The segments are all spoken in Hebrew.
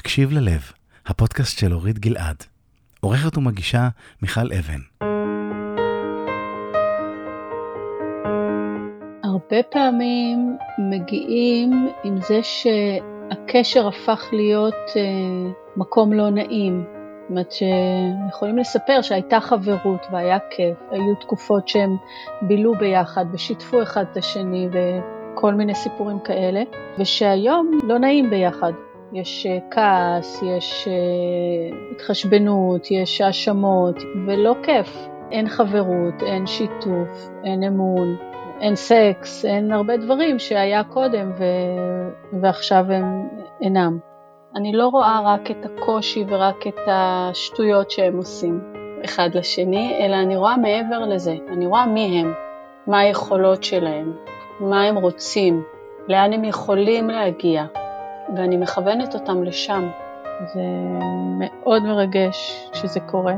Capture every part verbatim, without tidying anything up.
להקשיב ללב, הפודקאסט של אורית גלעד. עורכת ומגישה מיכל אבן. הרבה פעמים מגיעים עם זה שהקשר הפך להיות אה, מקום לא נעים. זאת אומרת שיכולים לספר שהייתה חברות והיה כיף, היו תקופות שהם בילו ביחד ושיתפו אחד את השני וכל מיני סיפורים כאלה, ושהיום לא נעים ביחד. יש כעס, יש התחשבנות, יש האשמות, ולא כיף. אין חברות, אין שיתוף, אין אמון, אין סקס, אין הרבה דברים שהיה קודם ו... ועכשיו הם אינם. אני לא רואה רק את הקושי ורק את השטויות שהם עושים אחד לשני, אלא אני רואה מעבר לזה. אני רואה מי הם, מה היכולות שלהם, מה הם רוצים, לאן הם יכולים להגיע. ואני מכוונת אותם לשם. זה מאוד מרגש שזה קורה.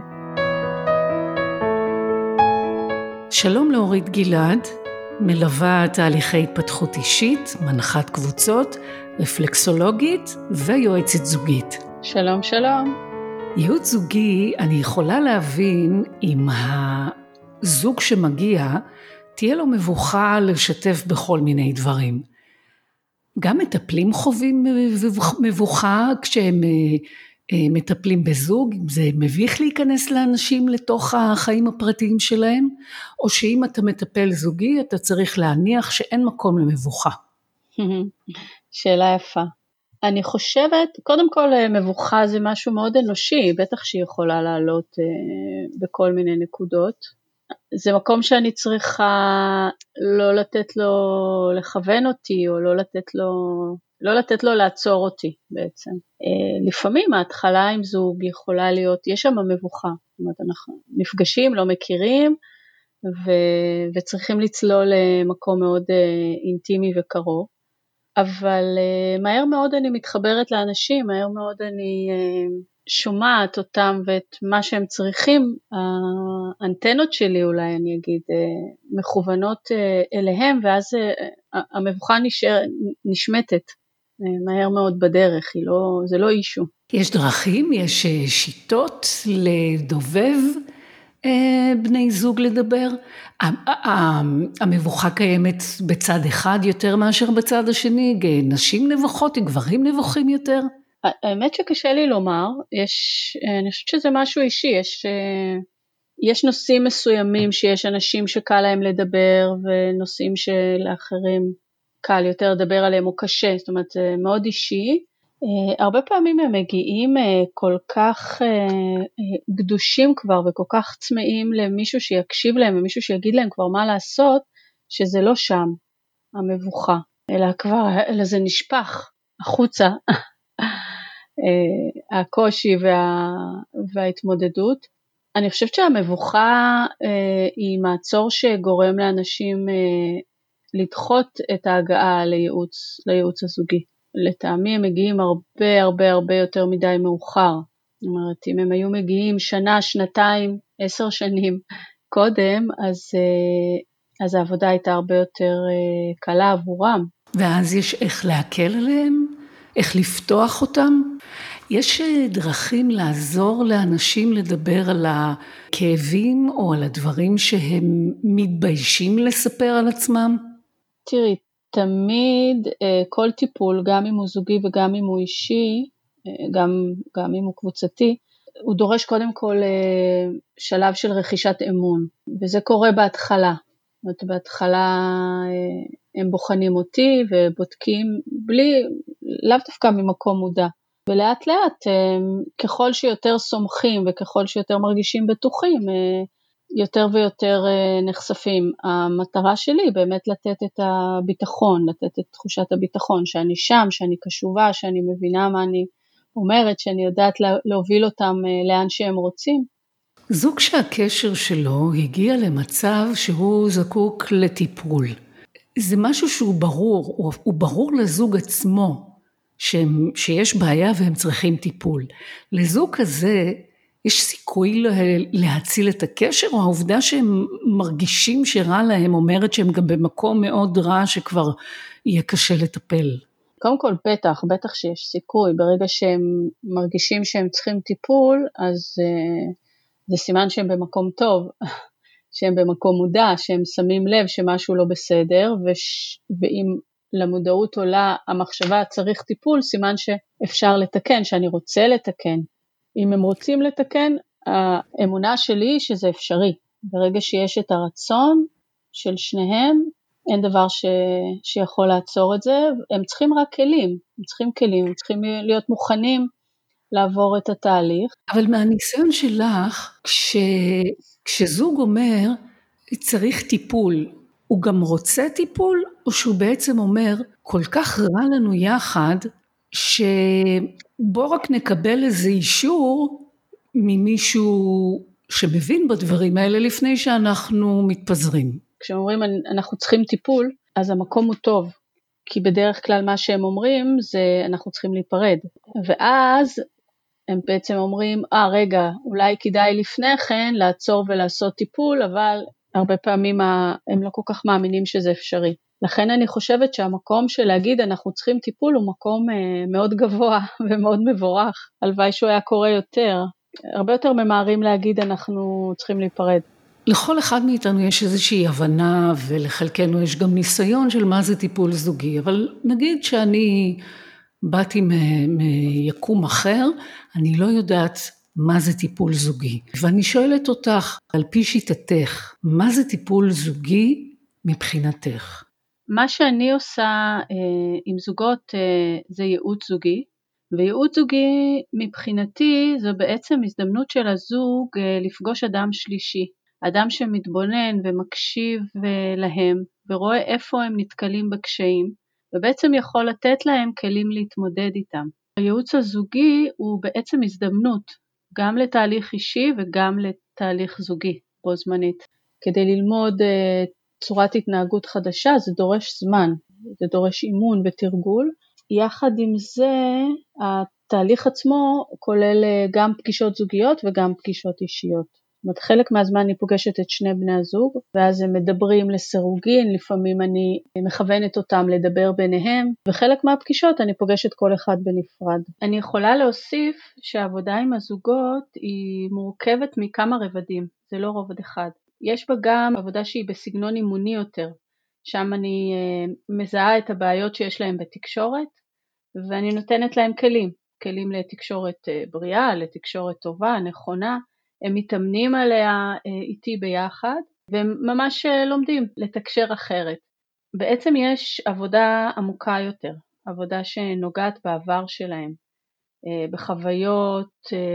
שלום לאורית גלעד, מלווה תהליכי התפתחות אישית, מנחת קבוצות, רפלקסולוגית ויועצת זוגית. שלום שלום. ייעוץ זוגי, אני יכולה להבין אם הזוג שמגיע תהיה לו מבוכה לשתף בכל מיני דברים. גם מטפלים חווים מבוכה כשהם מטפלים בזוג, זה מביך להיכנס לאנשים לתוך החיים הפרטיים שלהם, או שאם אתה מטפל זוגי, אתה צריך להניח שאין מקום למבוכה. שאלה יפה. אני חושבת, קודם כל מבוכה זה משהו מאוד אנושי, בטח שהיא יכולה לעלות בכל מיני נקודות. זה מקום שאני צריכה לא לתת לו לכוון אותי, או לא לתת לו, לא לתת לו לעצור אותי בעצם. לפעמים ההתחלה עם זוג יכולה להיות, יש שם מבוכה, זאת אומרת אנחנו נפגשים, לא מכירים, ו, וצריכים לצלול למקום מאוד אינטימי וקרוב, אבל מהר מאוד אני מתחברת לאנשים, מהר מאוד אני שומעת אותם ואת מה שהם צריכים, האנטנות שלי אולי אני אגיד, מכוונות אליהם, ואז המבוכה נשאר, נשמטת מהר מאוד בדרך, היא לא, זה לא אישו. יש דרכים, יש שיטות לדובב בני זוג לדבר. המבוכה קיימת בצד אחד יותר מאשר בצד השני, נשים נבוכות, גברים נבוכים יותר. האמת שקשה לי לומר, יש, אני חושבת שזה משהו אישי, יש, יש נושאים מסוימים שיש אנשים שקל להם לדבר, ונושאים שלאחרים קל יותר לדבר עליהם או קשה, זאת אומרת זה מאוד אישי. הרבה פעמים הם מגיעים כל כך גדושים כבר וכל כך צמאים למישהו שיקשיב להם ומישהו שיגיד להם כבר מה לעשות, שזה לא שם המבוכה, אלא כבר, אלא זה נשפך החוצה. הקושי וה, וההתמודדות. אני חושבת שהמבוכה היא מעצור שגורם לאנשים לדחות את ההגעה לייעוץ, לייעוץ הזוגי. לטעמי הם מגיעים הרבה הרבה הרבה יותר מדי מאוחר. זאת אומרת, אם הם היו מגיעים שנה, שנתיים, עשר שנים קודם, אז, אז העבודה הייתה הרבה יותר קלה עבורם. ואז יש איך להקל עליהם? איך לפתוח אותם? יש דרכים לעזור לאנשים לדבר על הכאבים או על הדברים שהם מתביישים לספר על עצמם? תראי, תמיד כל טיפול, גם אם הוא זוגי וגם אם הוא אישי, גם, גם אם הוא קבוצתי, הוא דורש קודם כל שלב של רכישת אמון, וזה קורה בהתחלה. זאת אומרת, בהתחלה הם בוחנים אותי ובודקים בלי, לאו דווקא ממקום מודע. ולאט לאט, ככל שיותר סומכים וככל שיותר מרגישים בטוחים, יותר ויותר נחשפים. המטרה שלי באמת לתת את הביטחון, לתת את תחושת הביטחון, שאני שם, שאני קשובה, שאני מבינה מה אני אומרת, שאני יודעת להוביל אותם לאן שהם רוצים. זוג שהקשר שלו הגיע למצב שהוא זקוק לטיפול. זה משהו שהוא ברור, הוא, הוא ברור לזוג עצמו, שהם, שיש בעיה והם צריכים טיפול. לזוג כזה יש סיכוי להציל את הקשר, או העובדה שהם מרגישים שרע להם אומרת שהם גם במקום מאוד רע שכבר יהיה קשה לטפל? קודם כל בטח, בטח שיש סיכוי, ברגע שהם מרגישים שהם צריכים טיפול, אז uh, זה סימן שהם במקום טוב, שהם במקום מודע, שהם שמים לב שמשהו לא בסדר, וש... ואם למודעות עולה המחשבה צריך טיפול, סימן שאפשר לתקן, שאני רוצה לתקן. אם הם רוצים לתקן, האמונה שלי שזה אפשרי. ברגע שיש את הרצון של שניהם, אין דבר ש... שיכול לעצור את זה, הם צריכים רק כלים, הם צריכים כלים, הם צריכים להיות מוכנים לעבור את התהליך. אבל מהניסיון שלך, כש... כשזוג אומר, צריך טיפול, הוא גם רוצה טיפול, או שהוא בעצם אומר, כל כך רע לנו יחד, שבוא רק נקבל איזה אישור ממישהו שמבין בדברים האלה לפני שאנחנו מתפזרים. כשאומרים אנחנו צריכים טיפול, אז המקום הוא טוב, כי בדרך כלל מה שהם אומרים זה אנחנו צריכים להיפרד, ואז הם בעצם אומרים, אה רגע, אולי כדאי לפני כן לעצור ולעשות טיפול, אבל הרבה פעמים הם לא כל כך מאמינים שזה אפשרי. לכן אני חושבת שהמקום של להגיד אנחנו צריכים טיפול הוא מקום מאוד גבוה ומאוד מבורך. הלוואי שהוא היה קורה יותר. הרבה יותר ממהרים להגיד אנחנו צריכים להיפרד. לכל אחד מאיתנו יש איזושהי הבנה ולחלקנו יש גם ניסיון של מה זה טיפול זוגי, אבל נגיד שאני באתי מיקום אחר, אני לא יודעת מה זה טיפול זוגי. ואני שואלת אותך, על פי שיטתך, מה זה טיפול זוגי מבחינתך? מה שאני עושה אה, עם זוגות אה, זה ייעוץ זוגי, וייעוץ זוגי מבחינתי זו בעצם הזדמנות של הזוג אה, לפגוש אדם שלישי, אדם שמתבונן ומקשיב להם, ורואה איפה הם נתקלים בקשיים, ובעצם יכול לתת להם כלים להתמודד איתם. הייעוץ הזוגי הוא בעצם הזדמנות, גם לתהליך אישי וגם לתהליך זוגי בו זמנית. כדי ללמוד uh, צורת התנהגות חדשה זה דורש זמן, זה דורש אימון ותרגול. יחד עם זה התהליך עצמו כולל uh, גם פגישות זוגיות וגם פגישות אישיות. זאת אומרת, חלק מהזמן אני פוגשת את שני בני הזוג, ואז הם מדברים לסירוגין, לפעמים אני מכוונת אותם לדבר ביניהם, וחלק מהפגישות אני פוגשת כל אחד בנפרד. אני יכולה להוסיף שהעבודה עם הזוגות היא מורכבת מכמה רבדים, זה לא רובד אחד. יש בה גם עבודה שהיא בסגנון אימוני יותר, שם אני מזהה את הבעיות שיש להם בתקשורת, ואני נותנת להם כלים, כלים לתקשורת בריאה, לתקשורת טובה, נכונה, הם מתאמנים עליה איתי ביחד, והם ממש לומדים לתקשר אחרת. בעצם יש עבודה עמוקה יותר, עבודה שנוגעת בעבר שלהם, בחוויות,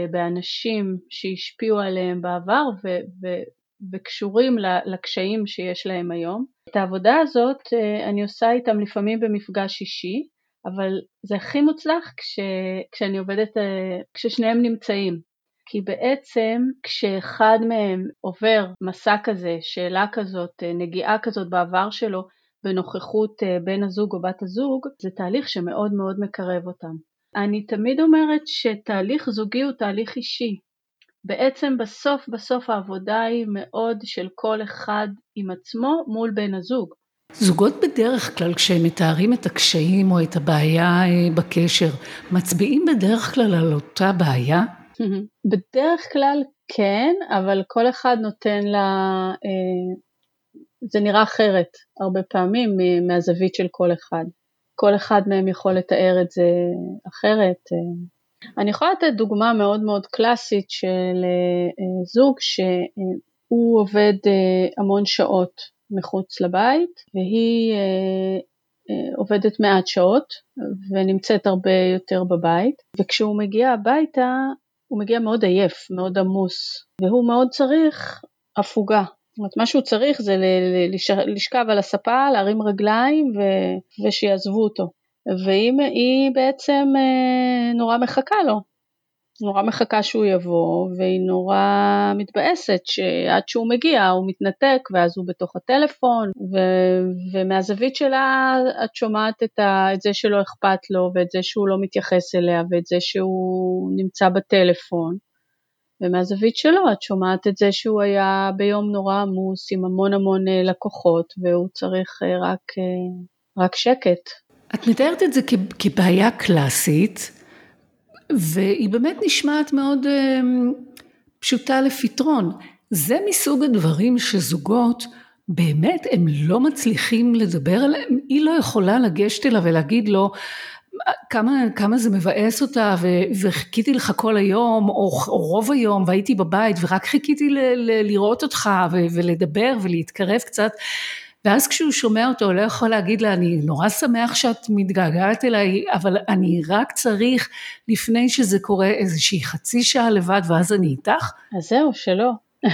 באנשים שהשפיעו עליהם בעבר, ו- ו- וקשורים לקשיים שיש להם היום. את העבודה הזאת אני עושה איתם לפעמים במפגש אישי, אבל זה הכי מוצלח כש- כשאני עובדת, כששניהם נמצאים. כי בעצם כשאחד מהם עובר מסע כזה, שאלה כזאת, נגיעה כזאת בעבר שלו, בנוכחות בן הזוג או בת הזוג, זה תהליך שמאוד מאוד מקרב אותם. אני תמיד אומרת שתהליך זוגי הוא תהליך אישי. בעצם בסוף בסוף העבודה היא מאוד של כל אחד עם עצמו מול בן הזוג. זוגות בדרך כלל כשהם מתארים את הקשיים או את הבעיה בקשר, מצביעים בדרך כלל על אותה בעיה? בדרך כלל כן, אבל כל אחד נותן לה, זה נראה אחרת הרבה פעמים מהזווית של כל אחד. כל אחד מהם יכול לתאר את זה אחרת. אני יכולה לתת דוגמה מאוד מאוד קלאסית של זוג שהוא עובד המון שעות מחוץ לבית, והיא עובדת מעט שעות ונמצאת הרבה יותר בבית, וכשהוא מגיע הביתה הוא מגיע מאוד עייף, מאוד עמוס, והוא מאוד צריך הפוגה. זאת אומרת, מה שהוא צריך זה לשכב על הספה, להרים רגליים ו- ושיעזבו אותו. והיא בעצם נורא מחכה לו, נורא מחכה שהוא יבוא, והיא נורא מתבאסת שעד שהוא מגיע הוא מתנתק, ואז הוא בתוך הטלפון, ו- ומהזווית שלה את שומעת את, ה- את זה שלא אכפת לו, ואת זה שהוא לא מתייחס אליה, ואת זה שהוא נמצא בטלפון, ומהזווית שלו את שומעת את זה שהוא היה ביום נורא עמוס, עם המון המון לקוחות, והוא צריך רק, רק שקט. את מתארת את זה כ- כבעיה קלאסית, והיא באמת נשמעת מאוד אה, פשוטה לפתרון. זה מסוג הדברים שזוגות באמת הם לא מצליחים לדבר עליהם, היא לא יכולה לגשת אליו ולהגיד לו, כמה, כמה זה מבאס אותה, ו, וחיכיתי לך כל היום, או, או רוב היום, והייתי בבית, ורק חיכיתי ל, ל, לראות אותך, ו, ולדבר, ולהתקרב קצת, ואז כשהוא שומע אותו, הוא לא יכול להגיד לה, אני נורא שמח שאת מתגעגעת אליי, אבל אני רק צריך, לפני שזה קורה, איזושהי חצי שעה לבד, ואז אני איתך. אז זהו, שלא.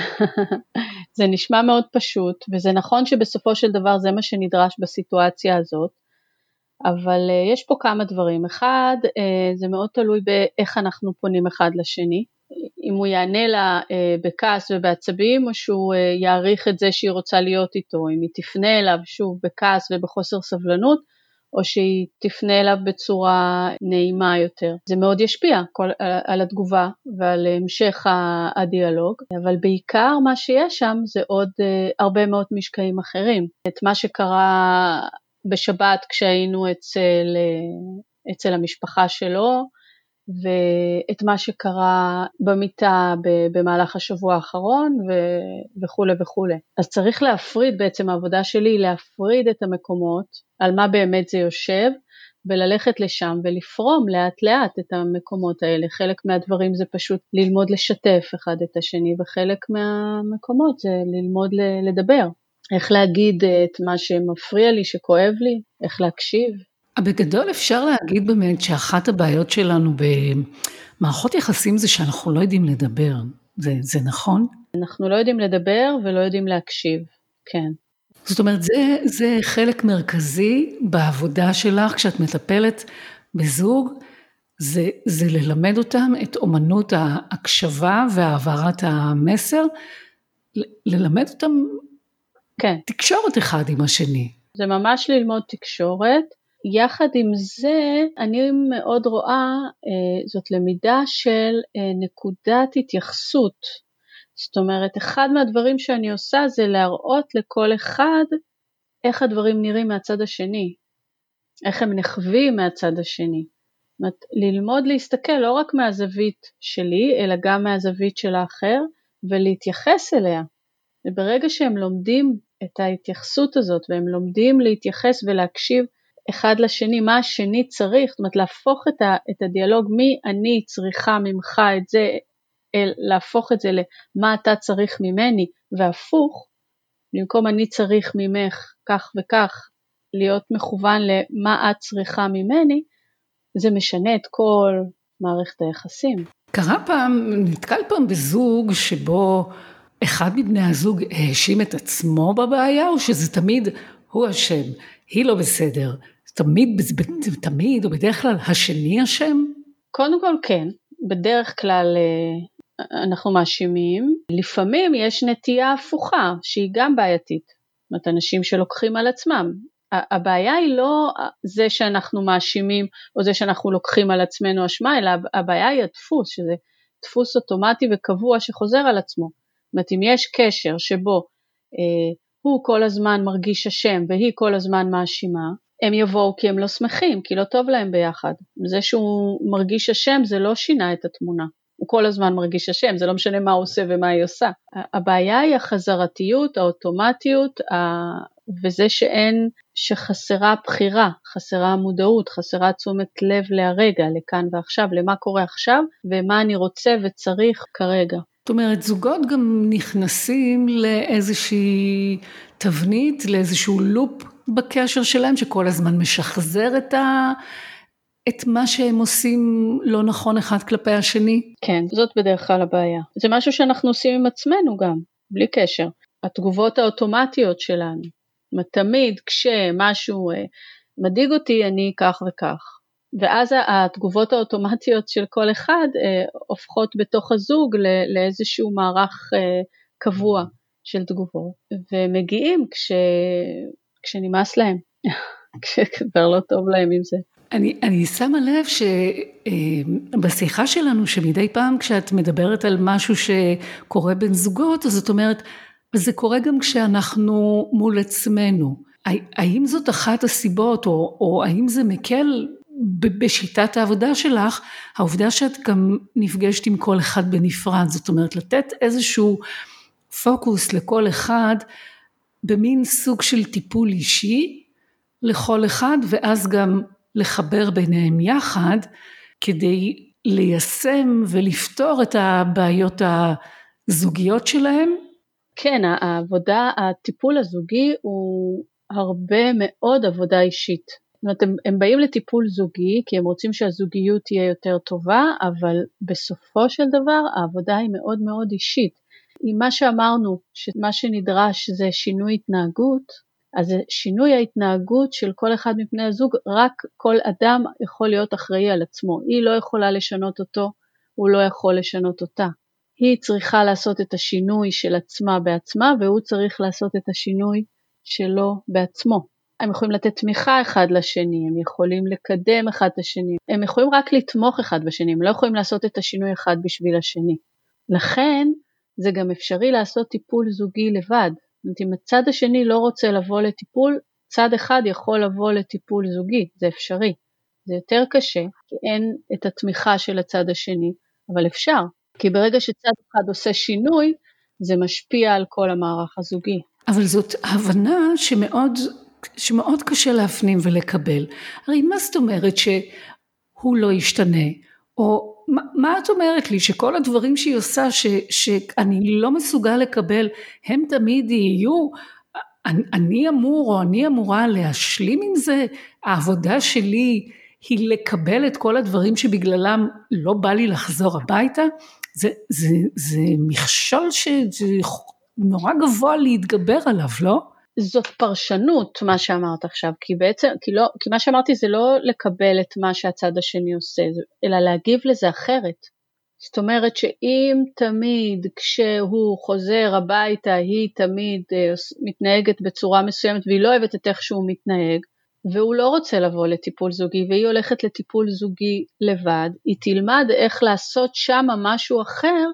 זה נשמע מאוד פשוט, וזה נכון שבסופו של דבר זה מה שנדרש בסיטואציה הזאת, אבל uh, יש פה כמה דברים. אחד, uh, זה מאוד תלוי באיך אנחנו פונים אחד לשני, אם הוא יענה לה uh, בכעס ובעצבים, או שהוא uh, יעריך את זה שהיא רוצה להיות איתו, אם היא תפנה אליו שוב בכעס ובחוסר סבלנות, או שהיא תפנה אליו בצורה נעימה יותר. זה מאוד ישפיע כל, על, על התגובה ועל המשך הדיאלוג, אבל בעיקר מה שיש שם זה עוד uh, הרבה מאוד משקעים אחרים. את מה שקרה בשבת כשהיינו אצל, אצל המשפחה שלו, ואת מה שקרה במיטה במהלך השבוע האחרון וכו' וכו'. אז צריך להפריד, בעצם העבודה שלי להפריד את המקומות, על מה באמת זה יושב, וללכת לשם ולפרום לאט לאט את המקומות האלה. חלק מהדברים זה פשוט ללמוד לשתף אחד את השני, וחלק מהמקומות זה ללמוד לדבר. איך להגיד את מה שמפריע לי, שכואב לי, איך להקשיב. בגדול אפשר להגיד באמת שאחת הבעיות שלנו במערכות יחסים זה שאנחנו לא יודעים לדבר, זה, זה נכון? אנחנו לא יודעים לדבר ולא יודעים להקשיב, כן. זאת אומרת, זה, זה חלק מרכזי בעבודה שלך כשאת מטפלת בזוג, זה, זה ללמד אותם את אומנות ההקשבה והעברת המסר, ללמד אותם כן. תקשורת אחד עם השני. זה ממש ללמוד תקשורת. יחד עם זה, אני מאוד רואה, זאת למידה של נקודת התייחסות. זאת אומרת, אחד מהדברים שאני עושה זה להראות לכל אחד איך הדברים נראים מהצד השני. איך הם נחווים מהצד השני. זאת אומרת, ללמוד להסתכל לא רק מהזווית שלי, אלא גם מהזווית של האחר, ולהתייחס אליה. וברגע שהם לומדים את ההתייחסות הזאת, והם לומדים להתייחס ולהקשיב אחד לשני, מה השני צריך, זאת אומרת להפוך את, ה, את הדיאלוג, מי אני צריכה ממך את זה, אל, להפוך את זה למה אתה צריך ממני, והפוך, במקום אני צריך ממך כך וכך, להיות מכוון למה את צריכה ממני, זה משנה את כל מערכת היחסים. קרה פעם, נתקל פעם בזוג שבו אחד מבני הזוג האשים את עצמו בבעיה, או שזה תמיד הוא אשם, היא לא בסדר, תמיד, תמיד או בדרך כלל השני אשם? קודם כל כן, בדרך כלל אנחנו מאשימים, לפעמים יש נטייה הפוכה שהיא גם בעייתית, זאת אומרת אנשים שלוקחים על עצמם, הבעיה היא לא זה שאנחנו מאשימים או זה שאנחנו לוקחים על עצמנו אשמה, אלא הבעיה היא הדפוס, שזה דפוס אוטומטי וקבוע שחוזר על עצמו. זאת אומרת, אם יש קשר שבו אה, הוא כל הזמן מרגיש אשם והיא כל הזמן מאשימה, הם יבואו כי הם לא שמחים, כי לא טוב להם ביחד. זה שהוא מרגיש אשם זה לא שינה את התמונה. הוא כל הזמן מרגיש אשם, זה לא משנה מה הוא עושה ומה היא עושה. הבעיה היא החזרתיות, האוטומטיות, וזה שאין, שחסרה בחירה, חסרה מודעות, חסרה תשומת לב להרגע, לכאן ועכשיו, למה קורה עכשיו, ומה אני רוצה וצריך כרגע. זאת אומרת, זוגות גם נכנסים לאיזושהי תבנית, לאיזשהו לופ בקשר שלהם, שכל הזמן משחזר את ה... את מה שהם עושים לא נכון אחד כלפי השני? כן, זאת בדרך כלל הבעיה. זה משהו שאנחנו עושים עם עצמנו גם, בלי קשר. התגובות האוטומטיות שלנו. תמיד כשמשהו מדאיג אותי, אני כך וכך. ואז התגובות האוטומטיות של כל אחד הופכות בתוך הזוג לאיזשהו מערך קבוע של תגובות. ומגיעים כש... כשנמאס להם, כשכבר לא טוב להם עם זה. אני, אני שמה לב שבשיחה שלנו, שמדי פעם כשאת מדברת על משהו שקורה בין זוגות, אז זאת אומרת, זה קורה גם כשאנחנו מול עצמנו. האם זאת אחת הסיבות, או, או האם זה מקל בשיטת העבודה שלך, העובדה שאת גם נפגשת עם כל אחד בנפרד, זאת אומרת לתת איזשהו פוקוס לכל אחד, במין סוג של טיפול אישי לכל אחד, ואז גם לחבר ביניהם יחד, כדי ליישם ולפתור את הבעיות הזוגיות שלהם. כן, העבודה, הטיפול הזוגי הוא הרבה מאוד עבודה אישית. זאת אומרת, הם, הם באים לטיפול זוגי, כי הם רוצים שהזוגיות תהיה יותר טובה, אבל בסופו של דבר העבודה היא מאוד מאוד אישית. עם מה שאמרנו, שמה שנדרש זה שינוי התנהגות, אז שינוי ההתנהגות של כל אחד מפני הזוג, רק כל אדם יכול להיות אחראי על עצמו. היא לא יכולה לשנות אותו, הוא לא יכול לשנות אותה. היא צריכה לעשות את השינוי של עצמה בעצמה, והוא צריך לעשות את השינוי שלו בעצמו. הם יכולים לתת תמיכה אחד לשני, הם יכולים לקדם אחד את השני, הם יכולים רק לתמוך אחד בשני, הם לא יכולים לעשות את השינוי אחד בשביל השני. לכן זה גם אפשרי לעשות טיפול זוגי לבד. זאת אומרת, אם הצד השני לא רוצה לבוא לטיפול, צד אחד יכול לבוא לטיפול זוגי, זה אפשרי. זה יותר קשה, כי אין את התמיכה של הצד השני, אבל אפשר. כי ברגע שצד אחד עושה שינוי, זה משפיע על כל המערך הזוגי. אבל זאת הבנה שמאוד, שמאוד קשה להפנים ולקבל. הרי מה זאת אומרת שהוא לא ישתנה? או מה, מה את אומרת לי? שכל הדברים שהיא עושה, ש, שאני לא מסוגל לקבל, הם תמיד יהיו, אני, אני אמור או אני אמורה להשלים עם זה? העבודה שלי היא לקבל את כל הדברים שבגללם לא בא לי לחזור הביתה? זה, זה, זה מכשול שזה נורא גבוה להתגבר עליו, לא? זאת פרשנות, מה שאמרת עכשיו, כי בעצם, כי לא, כי מה שאמרתי זה לא לקבל את מה שהצד השני עושה, אלא להגיב לזה אחרת. זאת אומרת שאם תמיד כשהוא חוזר הביתה, היא תמיד מתנהגת בצורה מסוימת, והיא לא אוהבת את איך שהוא מתנהג, והוא לא רוצה לבוא לטיפול זוגי, והיא הולכת לטיפול זוגי לבד, היא תלמד איך לעשות שם משהו אחר,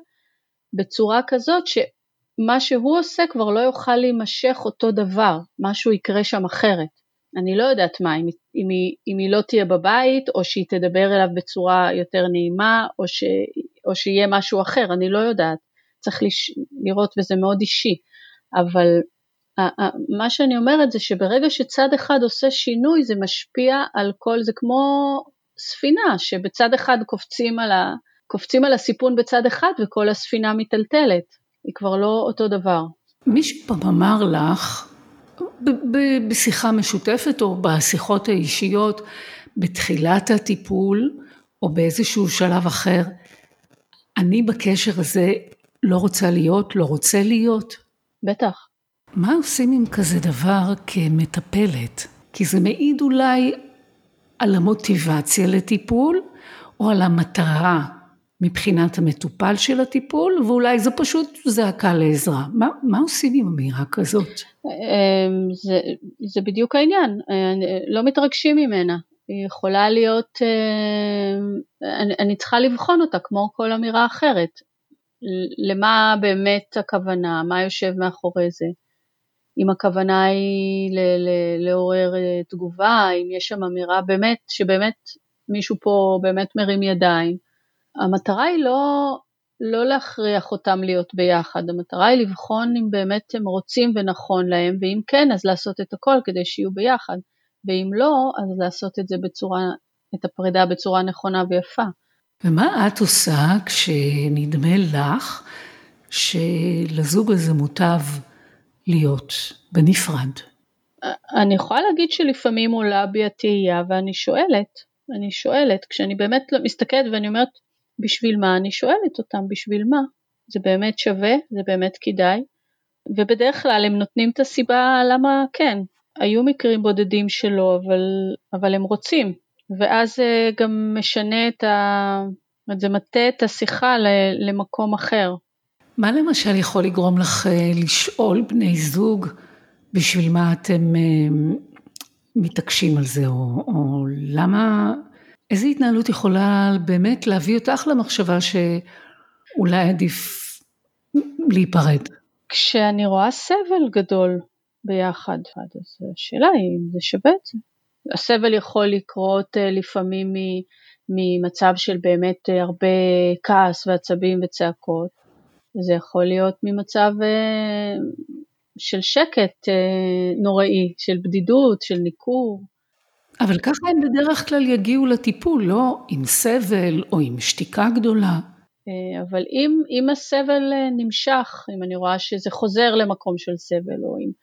בצורה כזאת שמה שהוא עושה כבר לא יוכל להימשך אותו דבר, משהו יקרה שם אחרת. אני לא יודעת מה, אם, אם, היא, אם היא לא תהיה בבית, או שהיא תדבר אליו בצורה יותר נעימה, או, ש, או שיהיה משהו אחר, אני לא יודעת. צריך לש, לראות וזה מאוד אישי, אבל מה שאני אומרת זה שברגע שצד אחד עושה שינוי, זה משפיע על כל, זה כמו ספינה, שבצד אחד קופצים על, ה, קופצים על הסיפון בצד אחד, וכל הספינה מטלטלת, היא כבר לא אותו דבר. מישהו פעם אמר לך, ב- ב- בשיחה משותפת או בשיחות האישיות, בתחילת הטיפול, או באיזשהו שלב אחר, אני בקשר הזה לא רוצה להיות, לא רוצה להיות? בטח. מה עושים עם כזה דבר כמטפלת? כי זה מעיד אולי על המוטיבציה לטיפול, או על המטרה מבחינת המטופל של הטיפול, ואולי זו פשוט זעקה לעזרה. מה, מה עושים עם אמירה כזאת? זה, זה בדיוק העניין, לא מתרגשים ממנה. היא יכולה להיות, אני, אני צריכה לבחון אותה כמו כל אמירה אחרת. למה באמת הכוונה, מה יושב מאחורי זה? אם הכוונה היא ל- ל- לעורר תגובה, אם יש שם אמירה באמת, שבאמת מישהו פה באמת מרים ידיים. המטרה היא לא, לא להכריח אותם להיות ביחד, המטרה היא לבחון אם באמת הם רוצים ונכון להם, ואם כן, אז לעשות את הכל כדי שיהיו ביחד, ואם לא, אז לעשות את זה בצורה, את הפרידה בצורה נכונה ויפה. ומה את עושה כשנדמה לך שלזוג הזה מוטב להיות בנפרד? אני יכולה להגיד שלפעמים עולה בי התהייה, ואני שואלת, אני שואלת, כשאני באמת מסתכלת ואני אומרת, בשביל מה? אני שואלת אותם, בשביל מה? זה באמת שווה, זה באמת כדאי, ובדרך כלל הם נותנים את הסיבה למה כן, היו מקרים בודדים שלא, אבל, אבל הם רוצים, ואז זה גם משנה את ה... זה מטה את השיחה למקום אחר. מה למשל יכול לגרום לך לשאול בני זוג, בשביל מה אתם מתעקשים על זה, או, או למה, איזו התנהלות יכולה באמת להביא אותך למחשבה שאולי עדיף להיפרד? כשאני רואה סבל גדול ביחד. אז השאלה היא אם זה שווה את זה. הסבל יכול לקרות לפעמים ממצב של באמת הרבה כעס ועצבים וצעקות, וזה יכול להיות ממצב של שקט נוראי, של בדידות, של ניכור. אבל ככה הם בדרך כלל יגיעו לטיפול, לא עם סבל או עם שתיקה גדולה. אבל אם, אם הסבל נמשך, אם אני רואה שזה חוזר למקום של סבל, או אם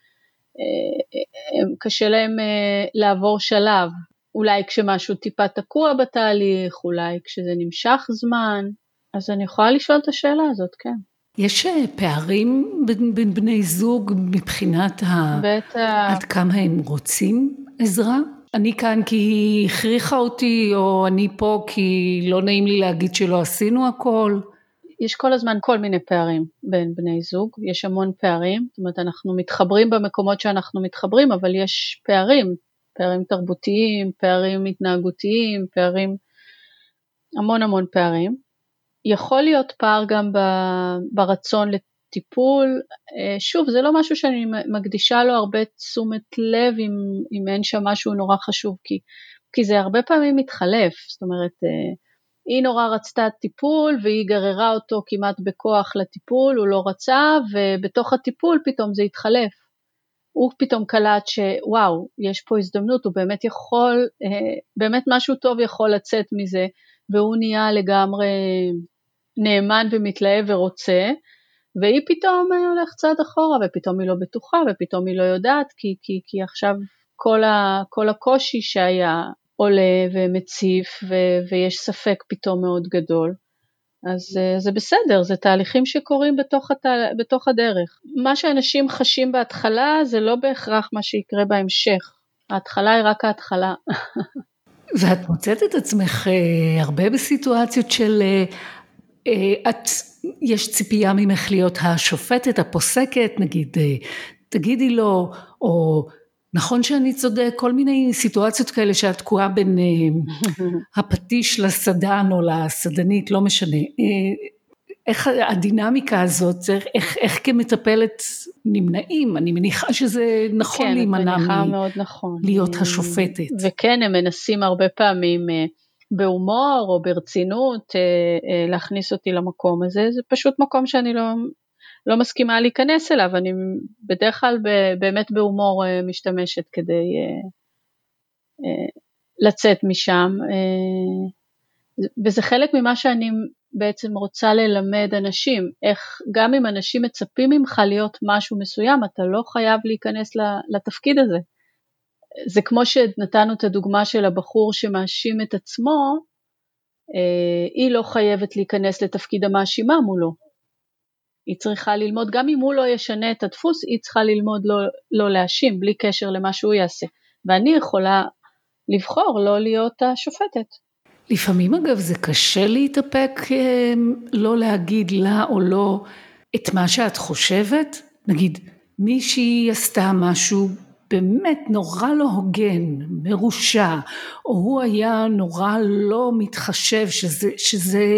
קשה להם לעבור שלב, אולי כשמשהו טיפה תקוע בתהליך, אולי כשזה נמשך זמן, אז אני יכולה לשאול את השאלה הזאת, כן. יש פערים בין, בין בני זוג מבחינת ה... בטח. עד כמה הם רוצים עזרה? אני כאן כי היא הכריחה אותי, או אני פה כי לא נעים לי להגיד שלא עשינו הכל. יש כל הזמן כל מיני פערים בין בני זוג, יש המון פערים, זאת אומרת אנחנו מתחברים במקומות שאנחנו מתחברים, אבל יש פערים, פערים תרבותיים, פערים התנהגותיים, פערים, המון המון פערים. יכול להיות פער גם ברצון לטיפול, שוב זה לא משהו שאני מקדישה לו הרבה תשומת לב אם, אם אין שם משהו נורא חשוב, כי, כי זה הרבה פעמים מתחלף, זאת אומרת היא נורא רצתה טיפול והיא גררה אותו כמעט בכוח לטיפול, הוא לא רצה ובתוך הטיפול פתאום זה התחלף, הוא פתאום קלט שוואו יש פה הזדמנות, הוא באמת יכול, באמת משהו טוב יכול לצאת מזה, והוא נהיה לגמרי נאמן ומתלהב ורוצה, והיא פתאום הולך צעד אחורה, ופתאום היא לא בטוחה, ופתאום היא לא יודעת, כי, כי, כי עכשיו כל, ה, כל הקושי שהיה עולה ומציף, ו, ויש ספק פתאום מאוד גדול, אז זה בסדר, זה תהליכים שקורים בתוך, התה, בתוך הדרך. מה שאנשים חשים בהתחלה, זה לא בהכרח מה שיקרה בהמשך, ההתחלה היא רק ההתחלה. ואת מוצאת את עצמך אה, הרבה בסיטואציות של, אה, אה, את, יש ציפייה ממך להיות השופטת, הפוסקת, נגיד, אה, תגידי לו, או נכון שאני צודק, כל מיני סיטואציות כאלה שאת תקועה בין אה, הפטיש לסדן או לסדנית, לא משנה. אה, איך הדינמיקה הזאת, איך, איך כמטפלת נמנעים, אני מניחה שזה נכון כן, להימנע מ- מאוד נכון. להיות השופטת. וכן, הם מנסים הרבה פעמים בהומור או ברצינות להכניס אותי למקום הזה, זה פשוט מקום שאני לא, לא מסכימה להיכנס אליו, אני בדרך כלל באמת בהומור משתמשת כדי לצאת משם, וזה חלק ממה שאני בעצם רוצה ללמד אנשים, איך גם אם אנשים מצפים ממך להיות משהו מסוים, אתה לא חייב להיכנס לתפקיד הזה. זה כמו שנתנו את הדוגמה של הבחור שמאשים את עצמו, היא לא חייבת להיכנס לתפקיד המאשימה מולו. היא צריכה ללמוד, גם אם הוא לא ישנה את הדפוס, היא צריכה ללמוד לא, לא להאשים, בלי קשר למה שהוא יעשה. ואני יכולה לבחור לא להיות השופטת. לפעמים אגב זה קשה להתאפק לא להגיד לה או לא את מה שאת חושבת, נגיד מישהי עשתה משהו באמת נורא לא הוגן, מרושע, או הוא היה נורא לא מתחשב, שזה, שזה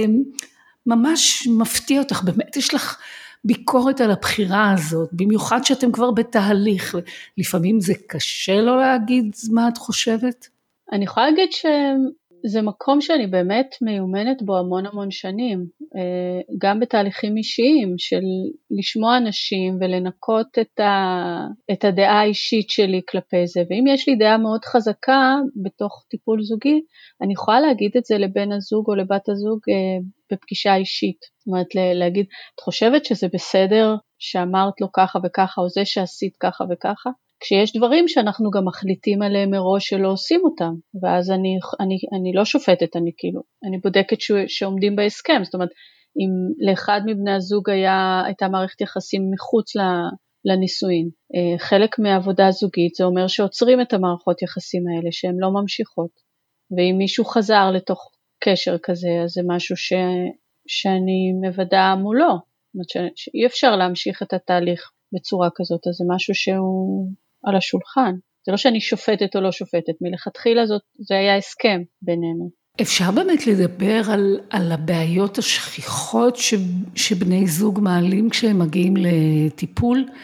ממש מפתיע אותך, באמת יש לך ביקורת על הבחירה הזאת, במיוחד שאתם כבר בתהליך, לפעמים זה קשה לא להגיד מה את חושבת? אני יכולה להגיד שזה מקום שאני באמת מיומנת בו המון המון שנים, גם בתהליכים אישיים של לשמוע אנשים ולנקות את, ה, את הדעה האישית שלי כלפי זה, ואם יש לי דעה מאוד חזקה בתוך טיפול זוגי, אני יכולה להגיד את זה לבן הזוג או לבת הזוג בפגישה אישית, זאת אומרת להגיד, את חושבת שזה בסדר שאמרת לו ככה וככה, או זה שעשית ככה וככה? כשיש דברים שאנחנו גם מחליטים עליהם מראש שלא עושים אותם, ואז אני, אני, אני לא שופטת, אני כאילו, אני בודקת ש, שעומדים בהסכם, זאת אומרת, אם לאחד מבני הזוג היה, הייתה מערכת יחסים מחוץ לנישואין, חלק מהעבודה הזוגית, זה אומר שעוצרים את המערכות יחסים האלה, שהן לא ממשיכות, ואם מישהו חזר לתוך קשר כזה, אז זה משהו ש, שאני מוודא מולו, זאת אומרת שאי אפשר להמשיך את התהליך בצורה כזאת, אז זה משהו שהוא על השולחן. זה לא שאני שופטת או לא שופטת, מלכתחילה זאת, זה היה הסכם בינינו. אפשר באמת לדבר על, על הבעיות השכיחות ש, שבני זוג מעלים כשהם מגיעים לטיפול?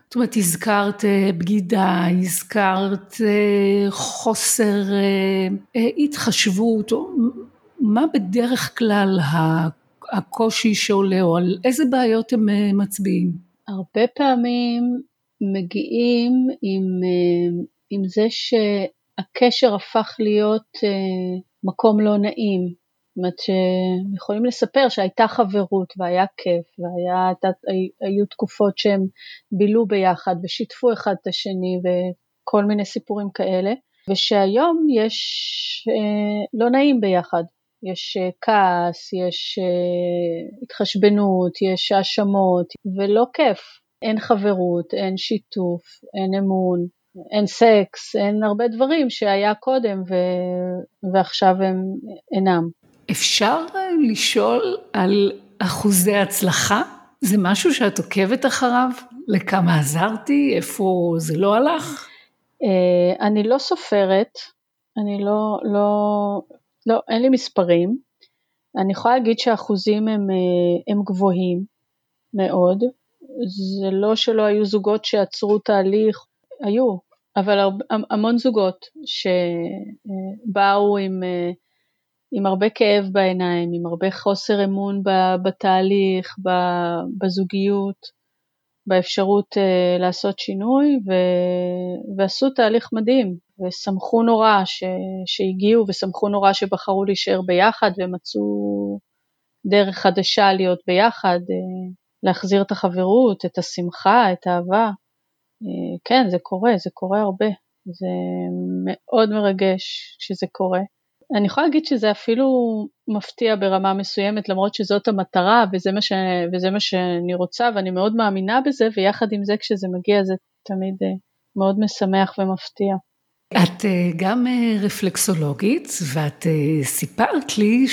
זאת אומרת, הזכרת בגידה, הזכרת חוסר התחשבות, מה בדרך כלל הקושי שעולה, או על איזה בעיות הם מצביעים? הרבה פעמים מגיעים עם, עם זה שהקשר הפך להיות מקום לא נעים, זאת אומרת שהם יכולים לספר שהייתה חברות והיה כיף, והיו תקופות שהם בילו ביחד ושיתפו אחד את השני וכל מיני סיפורים כאלה, ושהיום יש לא נעים ביחד, יש כעס, יש התחשבנות, יש האשמות ולא כיף, אין חברות, אין שיתוף, אין אמון, אין סקס, אין הרבה דברים שהיה קודם ו... ועכשיו הם אינם. אפשר לשאול על אחוזי הצלחה? זה משהו שאת עוקבת אחריו? לכמה עזרתי? איפה זה לא הלך? אני לא סופרת, אני לא, לא, לא, אין לי מספרים. אני יכולה להגיד שהאחוזים הם, הם גבוהים מאוד. זה לא שלא היו זוגות שעצרו תהליך, היו, אבל המון זוגות שבאו עם... עם הרבה כאב בעיניים, עם הרבה חוסר אמון בתהליך, בזוגיות, באפשרות לעשות שינוי, ועשו תהליך מדהים, ושמחו נורא שהגיעו, ושמחו נורא שבחרו להישאר ביחד, ומצאו דרך חדשה להיות ביחד, להחזיר את החברות, את השמחה, את האהבה. כן, זה קורה, זה קורה הרבה, זה מאוד מרגש שזה קורה. אני יכולה להגיד שזה אפילו מפתיע ברמה מסוימת, למרות שזאת המטרה, וזה מה, ש... וזה מה שאני רוצה, ואני מאוד מאמינה בזה, ויחד עם זה כשזה מגיע זה תמיד מאוד משמח ומפתיע. את גם רפלקסולוגית, ואת סיפרת לי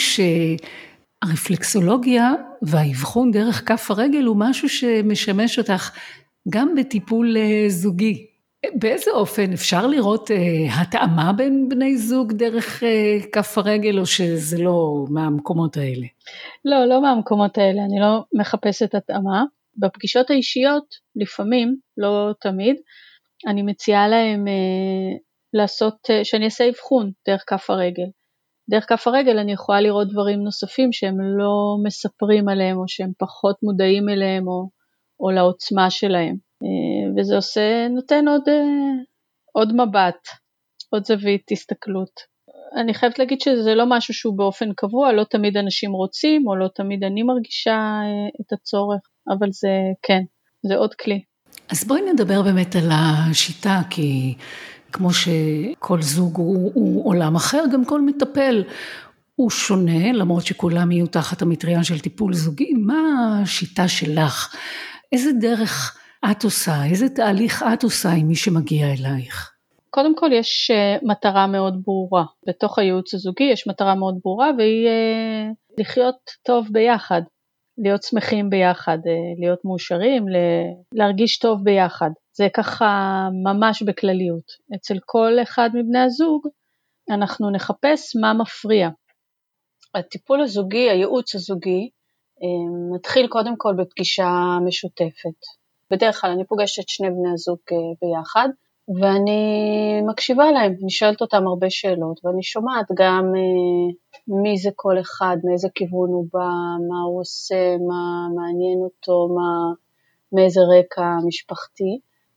שהרפלקסולוגיה והאבחון דרך כף הרגל הוא משהו שמשמש אותך גם בטיפול זוגי. באיזה אופן אפשר לראות אה, התאמה בין בני זוג דרך אה, כף הרגל, או שזה לא מהמקומות האלה? לא, לא מהמקומות האלה, אני לא מחפשת התאמה. בפגישות האישיות, לפעמים, לא תמיד, אני מציעה להם אה, לעשות, אה, שאני אעשה אבחון דרך כף הרגל. דרך כף הרגל אני יכולה לראות דברים נוספים שהם לא מספרים עליהם, או שהם פחות מודעים אליהם, או, או לעוצמה שלהם. וזה עושה, נותן עוד, עוד מבט, עוד זווית הסתכלות. אני חייבת להגיד שזה לא משהו שהוא באופן קבוע, לא תמיד אנשים רוצים, או לא תמיד אני מרגישה את הצורך, אבל זה כן, זה עוד כלי. אז בואי נדבר באמת על השיטה, כי כמו שכל זוג הוא, הוא עולם אחר, גם כל מטפל הוא שונה, למרות שכולם יהיו תחת המטריה של טיפול זוגי. מה השיטה שלך? איזה דרך את עושה? איזה תהליך את עושה עם מי שמגיע אלייך? קודם כל יש מטרה מאוד ברורה. בתוך הייעוץ הזוגי יש מטרה מאוד ברורה, והיא לחיות טוב ביחד, להיות שמחים ביחד, להיות מאושרים, להרגיש טוב ביחד. זה ככה ממש בכלליות. אצל כל אחד מבני הזוג אנחנו נחפש מה מפריע. הטיפול הזוגי, הייעוץ הזוגי, מתחיל קודם כל בפגישה משותפת. בדרך כלל אני פוגשת את שני בני הזוג ביחד, ואני מקשיבה להם, אני שואלת אותם הרבה שאלות, ואני שומעת גם מי זה כל אחד, מאיזה כיוון הוא בא, מה הוא עושה, מה מעניין אותו, מה, מאיזה רקע משפחתי,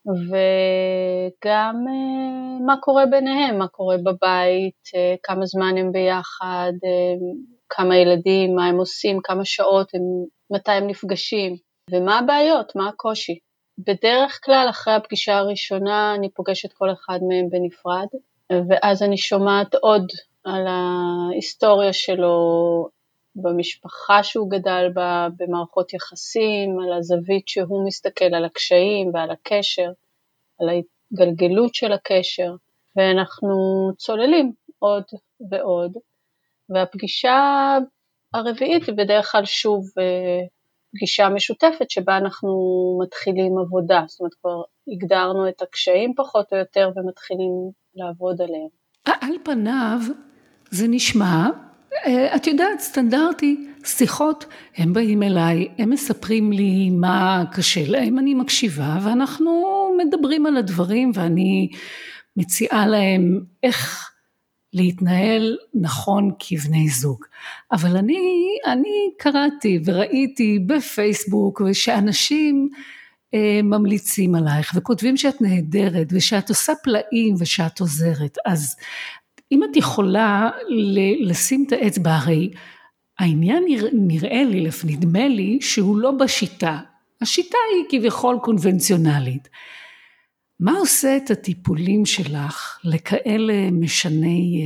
וגם מה קורה ביניהם, מה קורה בבית, כמה זמן הם ביחד, כמה ילדים, מה הם עושים, כמה שעות, הם, מתי הם נפגשים, ומה הבעיות, מה הקושי. בדרך כלל אחרי הפגישה הראשונה אני פוגשת כל אחד מהם בנפרד, ואז אני שומעת עוד על ההיסטוריה שלו במשפחה שהוא גדל בה, במערכות יחסים, על הזווית שהוא מסתכל על הקשיים ועל הקשר, על ההתגלגלות של הקשר, ואנחנו צוללים עוד ועוד, והפגישה הרביעית היא בדרך כלל שוב פגישה משותפת שבה אנחנו מתחילים עבודה, זאת אומרת כבר הגדרנו את הקשיים פחות או יותר ומתחילים לעבוד עליהם. על פניו זה נשמע, את יודעת, סטנדרטי, שיחות, הם באים אליי, הם מספרים לי מה קשה להם, אני מקשיבה, ואנחנו מדברים על הדברים, ואני מציעה להם איך להתנהל נכון כבני זוג. אבל אני, אני קראתי וראיתי בפייסבוק, שאנשים אה, ממליצים עלייך, וכותבים שאת נהדרת, ושאת עושה פלאים, ושאת עוזרת. אז אם את יכולה לשים את האצבע, הרי העניין נראה לי, נדמה לי, שהוא לא בשיטה. השיטה היא כביכול קונבנציונלית. מה עושה את הטיפולים שלך לכאלה משני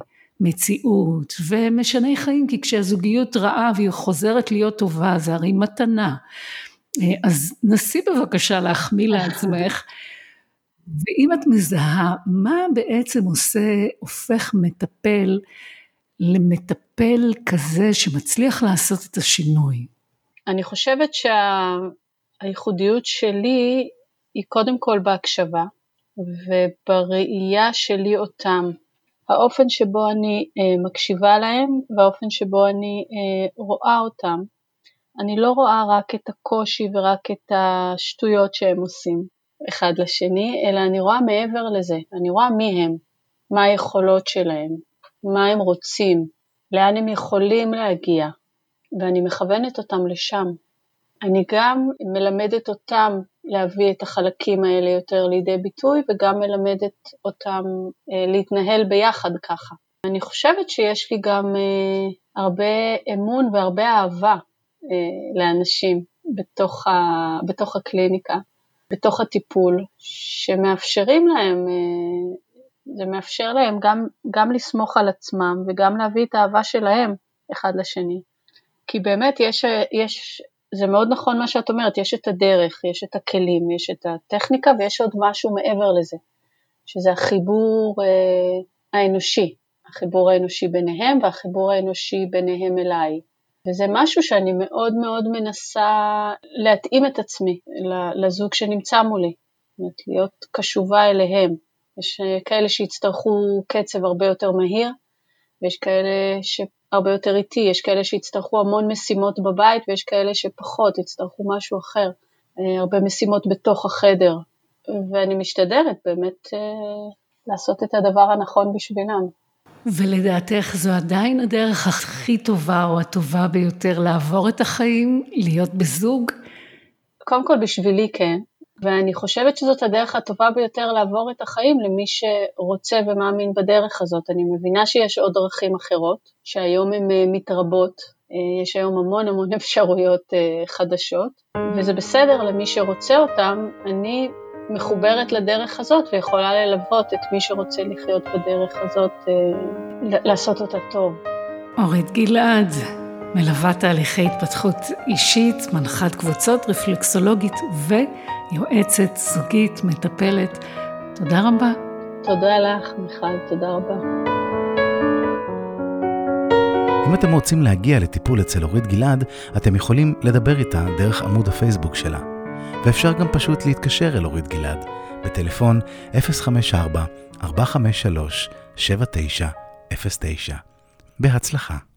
מציאות ומשני חיים? כי כשהזוגיות רעה והיא חוזרת להיות טובה, זה הרי מתנה. אז נסי בבקשה להחמיא לעצמך, ואם את מזהה, מה בעצם עושה, הופך מטפל למטפל כזה שמצליח לעשות את השינוי? אני חושבת שהייחודיות שלי היא קודם כל בהקשבה, ובראייה שלי אותם, האופן שבו אני אה, מקשיבה להם, והאופן שבו אני אה, רואה אותם. אני לא רואה רק את הקושי ורק את השטויות שהם עושים אחד לשני, אלא אני רואה מעבר לזה, אני רואה מי הם, מה היכולות שלהם, מה הם רוצים, לאן הם יכולים להגיע, ואני מכוונת אותם לשם. אני גם מלמדת אותם להביא את החלקים האלה יותר לידי ביטוי, וגם מלמדת אותם אה, להתנהל ביחד ככה. אני חושבת שיש לי גם אה, הרבה אמון והרבה אהבה אה, לאנשים בתוך, ה, בתוך הקליניקה, בתוך הטיפול, שמאפשרים להם, אה, זה מאפשר להם גם, גם לסמוך על עצמם, וגם להביא את האהבה שלהם אחד לשני. כי באמת יש, יש, זה מאוד נכון מה שאת אומרת, יש את הדרך, יש את הכלים, יש את הטכניקה, ויש עוד משהו מעבר לזה, שזה החיבור אה, האנושי, החיבור האנושי ביניהם, והחיבור האנושי ביניהם אליי. וזה משהו שאני מאוד מאוד מנסה להתאים את עצמי לזוג שנמצא מולי, זאת אומרת, להיות קשובה אליהם. יש כאלה שיצטרכו קצב הרבה יותר מהיר, ויש כאלה שהרבה יותר איטי, יש כאלה שיצטרכו המון משימות בבית, ויש כאלה שפחות יצטרכו משהו אחר, הרבה משימות בתוך החדר, ואני משתדלת באמת לעשות את הדבר הנכון בשבילם. ולדעתך זו עדיין הדרך הכי טובה או הטובה ביותר לעבור את החיים, להיות בזוג? קודם כל בשבילי כן, ואני חושבת שזאת הדרך הטובה ביותר לעבור את החיים למי שרוצה ומאמין בדרך הזאת. אני מבינה שיש עוד דרכים אחרות, שהיום הן מתרבות, יש היום המון המון אפשרויות חדשות, וזה בסדר למי שרוצה אותם. אני מחוברת לדרך הזאת ויכולה ללוות את מי שרוצה לחיות בדרך הזאת, לעשות אותה טוב. אורית גלעד, מלווה תהליכי התפתחות אישית, מנחת קבוצות, רפלקסולוגית ויועצת זוגית, מטפלת. תודה רבה. תודה לך מיכל, תודה רבה. אם אתם רוצים להגיע לטיפול אצל אורית גלעד, אתם יכולים לדבר איתה דרך עמוד הפייסבוק שלה. ואפשר גם פשוט להתקשר אל אורית גלעד בטלפון אפס חמש ארבע ארבע חמש שלוש שבע תשע אפס תשע. בהצלחה.